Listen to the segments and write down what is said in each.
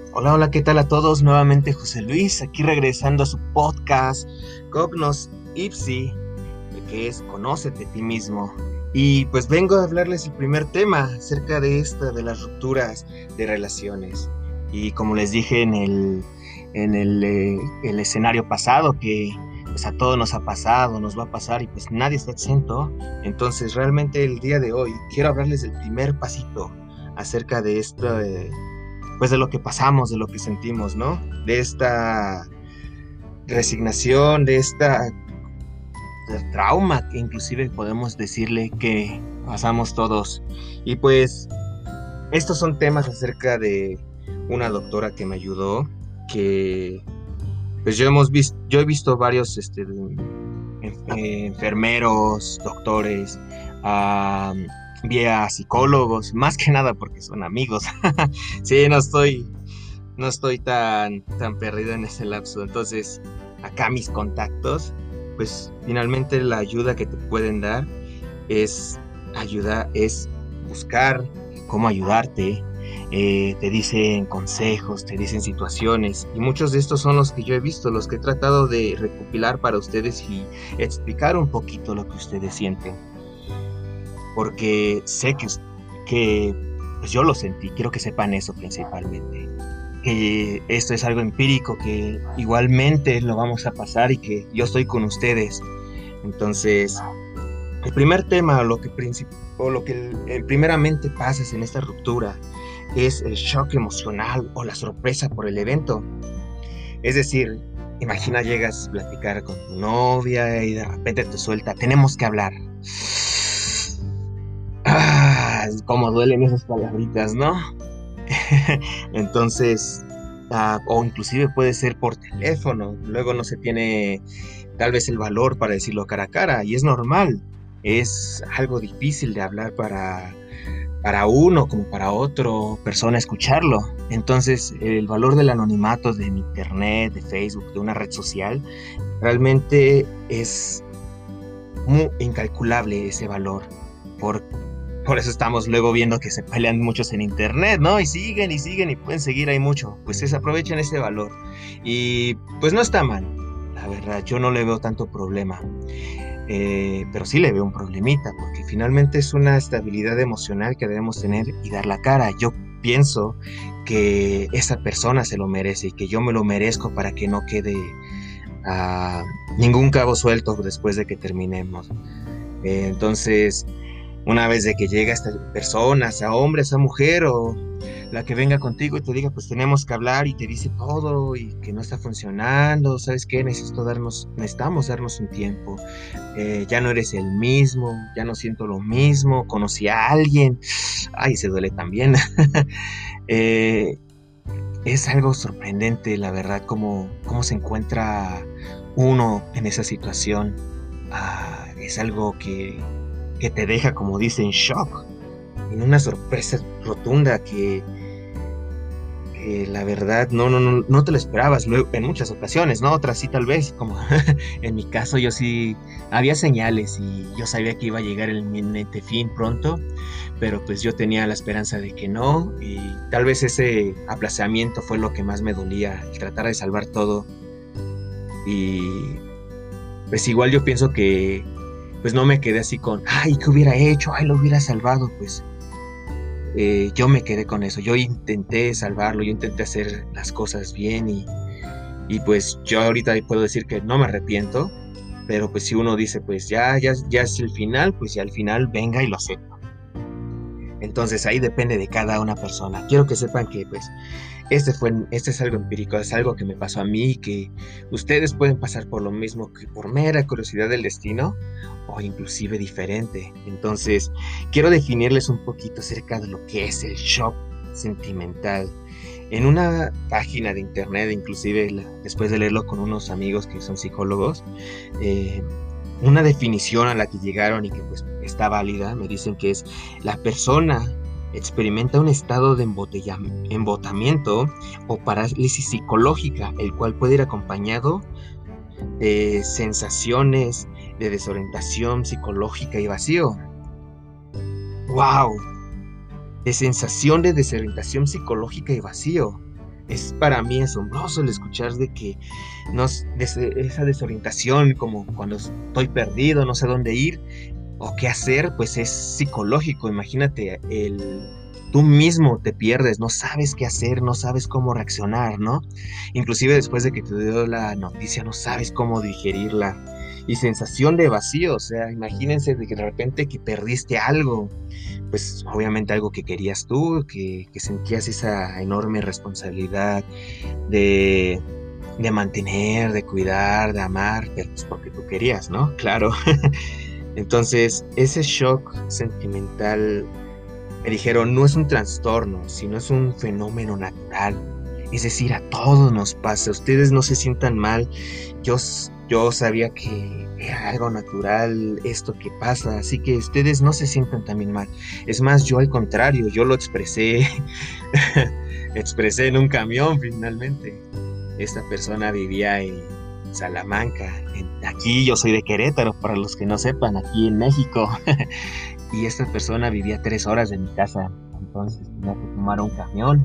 Hola, hola, ¿qué tal a todos? Nuevamente José Luis, aquí regresando a su podcast Cognos Ipsi, que es Conócete a ti mismo. Y pues vengo a hablarles el primer tema acerca de las rupturas de relaciones. Y como les dije en el escenario pasado, que pues a todos nos ha pasado, nos va a pasar y pues nadie está exento. Entonces realmente el día de hoy quiero hablarles del primer pasito acerca de esto, pues de lo que pasamos, de lo que sentimos, ¿no? De esta resignación, de esta trauma que inclusive podemos decirle que pasamos todos. Y pues estos son temas acerca de una doctora que me ayudó, que pues yo he visto varios enfermeros, doctores, ah, vía psicólogos, más que nada porque son amigos. Sí, no estoy tan perdido en ese lapso. Entonces, acá mis contactos, pues finalmente la ayuda que te pueden dar es es buscar cómo ayudarte. Te dicen consejos, te dicen situaciones, y muchos de estos son los que yo he visto, los que he tratado de recopilar para ustedes y explicar un poquito lo que ustedes sienten, porque sé que pues yo lo sentí, quiero que sepan eso principalmente, que esto es algo empírico, que igualmente lo vamos a pasar y que yo estoy con ustedes. Entonces, el primer tema, lo que primeramente pasas en esta ruptura, es el shock emocional o la sorpresa por el evento. Es decir, imagina llegas a platicar con tu novia y de repente te suelta, tenemos que hablar. Cómo duelen esas palabritas, ¿no? Entonces, o inclusive puede ser por teléfono, luego no se tiene tal vez el valor para decirlo cara a cara, y es normal, es algo difícil de hablar para uno como para otro persona escucharlo. Entonces, el valor del anonimato de internet, de Facebook, de una red social, realmente es muy incalculable ese valor. Por por eso estamos luego viendo que se pelean muchos en internet, ¿no? Y siguen y pueden seguir ahí mucho. Pues aprovechen ese valor. Y pues no está mal, la verdad, yo no le veo tanto problema. Pero sí le veo un problemita, porque finalmente es una estabilidad emocional que debemos tener y dar la cara. Yo pienso que esa persona se lo merece y que yo me lo merezco para que no quede ah, ningún cabo suelto después de que terminemos. Entonces, una vez de que llega esta persona, sea hombre, sea mujer, o la que venga contigo y te diga, pues tenemos que hablar, y te dice todo y que no está funcionando, ¿sabes qué? Necesitamos darnos un tiempo. Ya no eres el mismo, ya no siento lo mismo, conocí a alguien, ay, se duele también. Eh, es algo sorprendente, la verdad, cómo se encuentra uno en esa situación. Es algo que te deja, como dicen, shock, en una sorpresa rotunda que la verdad no te lo esperabas luego, en muchas ocasiones, ¿no? Otras sí, tal vez, como en mi caso, yo sí, había señales y yo sabía que iba a llegar el inminente fin pronto, pero pues yo tenía la esperanza de que no, y tal vez ese aplazamiento fue lo que más me dolía, el tratar de salvar todo. Y pues igual yo pienso que pues no me quedé así con, ay, ¿qué hubiera hecho? Ay, lo hubiera salvado. Pues yo me quedé con eso, yo intenté salvarlo, yo intenté hacer las cosas bien, y pues yo ahorita puedo decir que no me arrepiento, pero pues si uno dice, pues ya es el final, pues ya al final venga y lo acepto. Entonces ahí depende de cada una persona. Quiero que sepan que pues este es algo empírico, es algo que me pasó a mí, que ustedes pueden pasar por lo mismo, que por mera curiosidad del destino, o inclusive diferente. Entonces, quiero definirles un poquito acerca de lo que es el shock sentimental. En una página de internet, inclusive después de leerlo con unos amigos que son psicólogos, eh, una definición a la que llegaron y que pues está válida, me dicen que es: la persona experimenta un estado de embotamiento o parálisis psicológica, el cual puede ir acompañado de sensaciones de desorientación psicológica y vacío. ¡Wow! De sensación de desorientación psicológica y vacío. es para mí asombroso el escuchar de que esa desorientación, como cuando estoy perdido, no sé dónde ir o qué hacer, pues es psicológico. Imagínate, tú mismo te pierdes, no sabes qué hacer, no sabes cómo reaccionar, ¿no? Inclusive después de que te dio la noticia, no sabes cómo digerirla. Y sensación de vacío, o sea, imagínense de que de repente que perdiste algo, pues obviamente algo que querías tú, que sentías esa enorme responsabilidad de, de mantener, de cuidar, de amar, pero pues porque tú querías, ¿no? Claro. Entonces, ese shock sentimental, me dijeron, no es un trastorno, sino es un fenómeno natural. Es decir, a todos nos pasa, ustedes no se sientan mal. Yo sabía que era algo natural esto que pasa, así que ustedes no se sientan también mal. Es más, yo al contrario, yo lo expresé, expresé en un camión finalmente. Esta persona vivía en Salamanca. Aquí yo soy de Querétaro, para los que no sepan, aquí en México. Y esta persona vivía a 3 horas de mi casa. Entonces tenía que tomar un camión.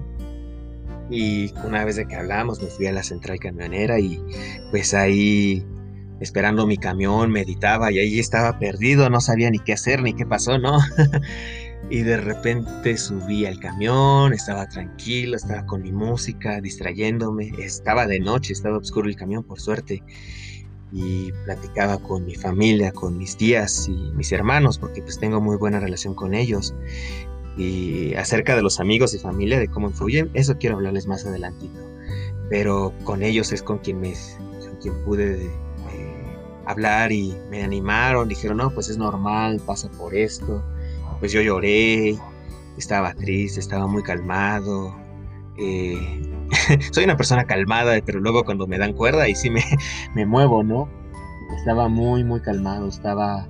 Y una vez de que hablamos, me fui a la central camionera y pues ahí esperando mi camión, meditaba y ahí estaba perdido, no sabía ni qué hacer ni qué pasó, ¿no? Y de repente subí al camión, estaba tranquilo, estaba con mi música, distrayéndome, estaba de noche, estaba oscuro el camión por suerte, y platicaba con mi familia, con mis tías y mis hermanos, porque pues tengo muy buena relación con ellos, y acerca de los amigos y familia, de cómo influyen, eso quiero hablarles más adelantito, pero con ellos es con quien pude hablar y me animaron, dijeron, no, pues es normal, pasa por esto. Pues yo lloré, estaba triste, estaba muy calmado. eh, Soy una persona calmada, pero luego cuando me dan cuerda y sí me muevo, ¿no? Estaba muy, muy calmado, estaba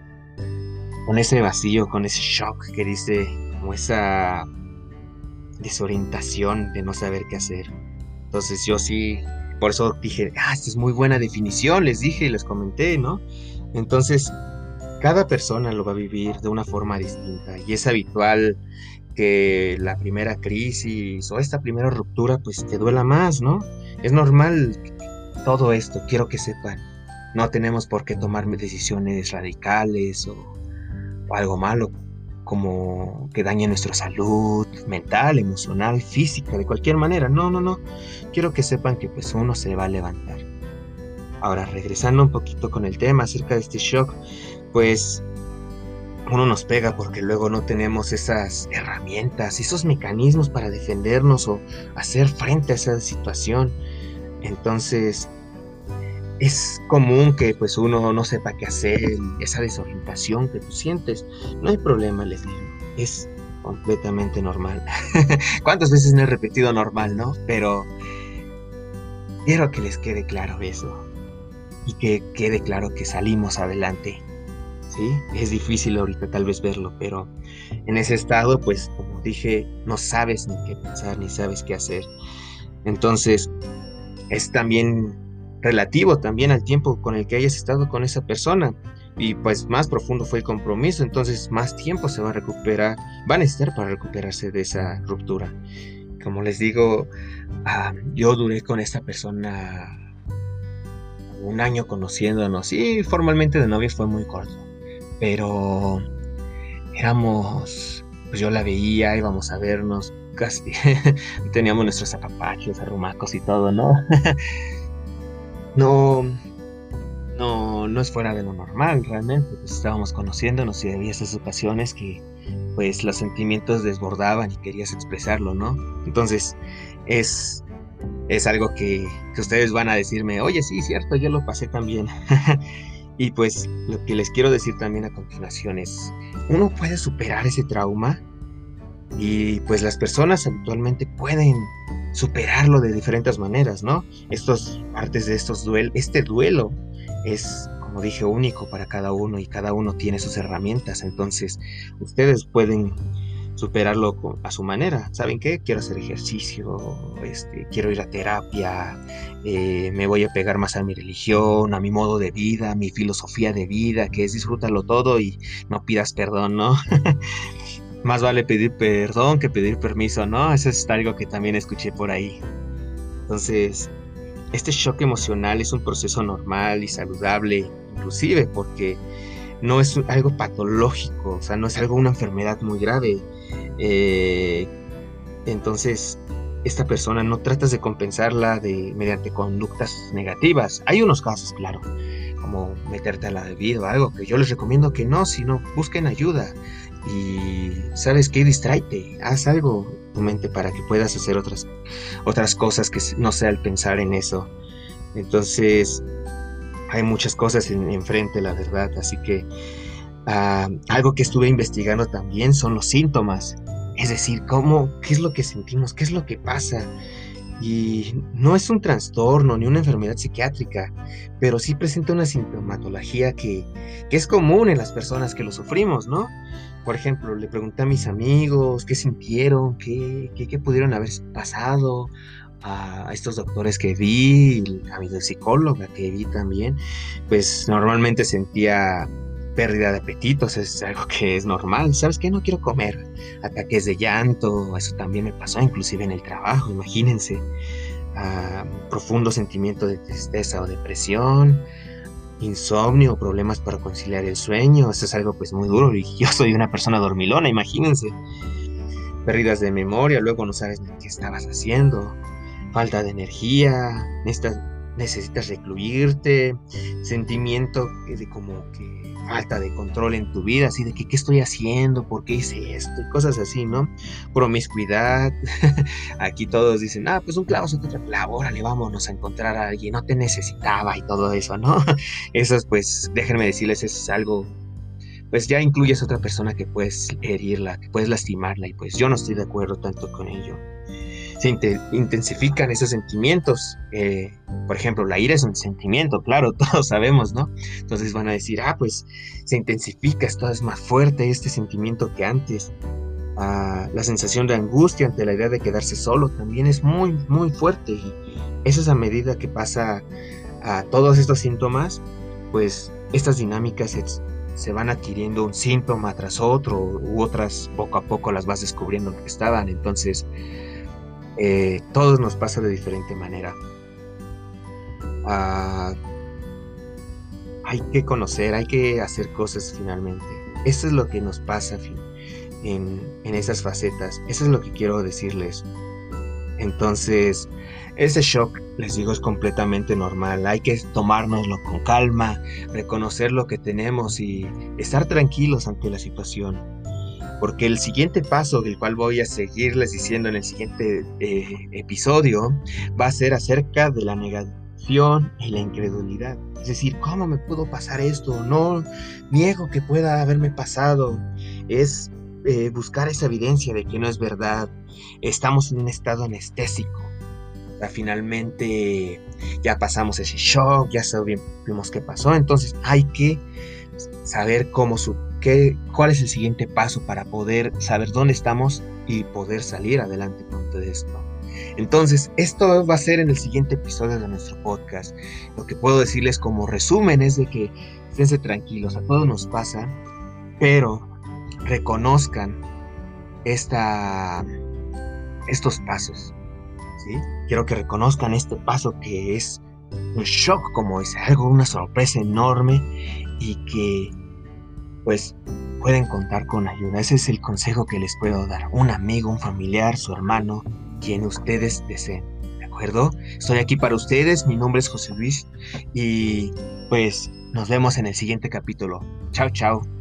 con ese vacío, con ese shock que dice, como esa desorientación de no saber qué hacer. Entonces yo sí, por eso dije, esta es muy buena definición, les dije y les comenté, ¿no? Entonces, cada persona lo va a vivir de una forma distinta y es habitual que la primera crisis o esta primera ruptura pues te duela más, ¿no? Es normal todo esto, quiero que sepan. No tenemos por qué tomar decisiones radicales o algo malo, como que dañe nuestra salud mental, emocional, física, de cualquier manera. No, no, no. Quiero que sepan que pues uno se va a levantar. Ahora, regresando un poquito con el tema acerca de este shock, pues uno nos pega porque luego no tenemos esas herramientas, esos mecanismos para defendernos o hacer frente a esa situación. Entonces, es común que pues uno no sepa qué hacer, esa desorientación que tú sientes. No hay problema, les digo, es completamente normal. ¿Cuántas veces no he repetido normal, no? Pero quiero que les quede claro eso y que quede claro que salimos adelante. ¿Sí? Es difícil ahorita tal vez verlo, pero en ese estado, pues, como dije, no sabes ni qué pensar, ni sabes qué hacer. Entonces, es también relativo también al tiempo con el que hayas estado con esa persona. Y pues más profundo fue el compromiso, entonces más tiempo se va a recuperar, va a necesitar para recuperarse de esa ruptura. Como les digo, yo duré con esta persona 1 año conociéndonos y formalmente de novios fue muy corto. Pero pues yo la veía, íbamos a vernos, casi teníamos nuestros apapachos, arrumacos y todo, ¿no? No, no es fuera de lo normal, realmente, pues estábamos conociéndonos y había esas ocasiones que, pues, los sentimientos desbordaban y querías expresarlo, ¿no? Entonces, es algo que ustedes van a decirme, oye, sí, cierto, yo lo pasé también. Y pues lo que les quiero decir también a continuación es, uno puede superar ese trauma y pues las personas habitualmente pueden superarlo de diferentes maneras, ¿no? Partes de este duelo es, como dije, único para cada uno y cada uno tiene sus herramientas, entonces ustedes pueden superarlo a su manera. ¿Saben qué? Quiero hacer ejercicio, quiero ir a terapia, me voy a pegar más a mi religión, a mi modo de vida, a mi filosofía de vida, que es disfrútalo todo y no pidas perdón, ¿no? Más vale pedir perdón que pedir permiso, ¿no? Eso es algo que también escuché por ahí. Entonces, este shock emocional es un proceso normal y saludable, inclusive porque no es algo patológico, o sea, no es algo, una enfermedad muy grave. Eh, entonces, esta persona no tratas de compensarla mediante conductas negativas. Hay unos casos, claro, como meterte a la bebida o algo, que yo les recomiendo que no, sino busquen ayuda. Y sabes qué, distráete, haz algo en tu mente para que puedas hacer otras cosas que no sea el pensar en eso. Entonces, hay muchas cosas enfrente, la verdad, así que algo que estuve investigando también son los síntomas, es decir, qué es lo que sentimos, qué es lo que pasa. Y no es un trastorno ni una enfermedad psiquiátrica, pero sí presenta una sintomatología que es común en las personas que lo sufrimos, ¿no? Por ejemplo, le pregunté a mis amigos qué sintieron, qué pudieron haber pasado, a estos doctores que vi, a mi psicóloga que vi también, pues normalmente sentía pérdida de apetitos, es algo que es normal. ¿Sabes qué? No quiero comer. Ataques de llanto, eso también me pasó, inclusive en el trabajo, imagínense. Profundo sentimiento de tristeza o depresión, insomnio, problemas para conciliar el sueño, eso es algo pues muy duro y yo soy una persona dormilona, imagínense. Pérdidas de memoria, luego no sabes ni qué estabas haciendo, falta de energía, necesitas recluirte, sentimiento de como que falta de control en tu vida, así de que qué estoy haciendo, por qué hice esto, y cosas así, ¿no? Promiscuidad, aquí todos dicen, pues un clavo saca otro clavo, órale, vámonos a encontrar a alguien, no te necesitaba y todo eso, ¿no? Eso es, pues, déjenme decirles, eso es algo, pues ya incluyes a otra persona que puedes herirla, que puedes lastimarla, y pues yo no estoy de acuerdo tanto con ello. Se intensifican esos sentimientos. Por ejemplo, la ira es un sentimiento, claro, todos sabemos, ¿no? Entonces van a decir, pues se intensifica, esto es más fuerte este sentimiento que antes. La sensación de angustia ante la idea de quedarse solo también es muy, muy fuerte. Y eso es a medida que pasa a todos estos síntomas, pues estas dinámicas se van adquiriendo un síntoma tras otro, u otras poco a poco las vas descubriendo que estaban. Entonces, todos nos pasa de diferente manera. Hay que conocer, hay que hacer cosas finalmente. Eso es lo que nos pasa en esas facetas. Eso es lo que quiero decirles. Entonces, ese shock, les digo, es completamente normal. Hay que tomárnoslo con calma, reconocer lo que tenemos y estar tranquilos ante la situación. Porque el siguiente paso, del cual voy a seguirles diciendo en el siguiente episodio, va a ser acerca de la negación y la incredulidad. Es decir, ¿cómo me pudo pasar esto? No niego que pueda haberme pasado. Es buscar esa evidencia de que no es verdad. Estamos en un estado anestésico. O sea, finalmente ya pasamos ese shock, ya sabemos qué pasó. Entonces hay que saber cuál es el siguiente paso para poder saber dónde estamos y poder salir adelante con todo esto. Entonces, esto va a ser en el siguiente episodio de nuestro podcast. Lo que puedo decirles como resumen es de que esténse tranquilos, a todos nos pasa, pero reconozcan estos pasos, ¿sí? Quiero que reconozcan este paso que es un shock, como es algo, una sorpresa enorme y que pues pueden contar con ayuda. Ese es el consejo que les puedo dar. Un amigo, un familiar, su hermano, quien ustedes deseen. ¿De acuerdo? Estoy aquí para ustedes. Mi nombre es José Luis y pues nos vemos en el siguiente capítulo. Chao, chao.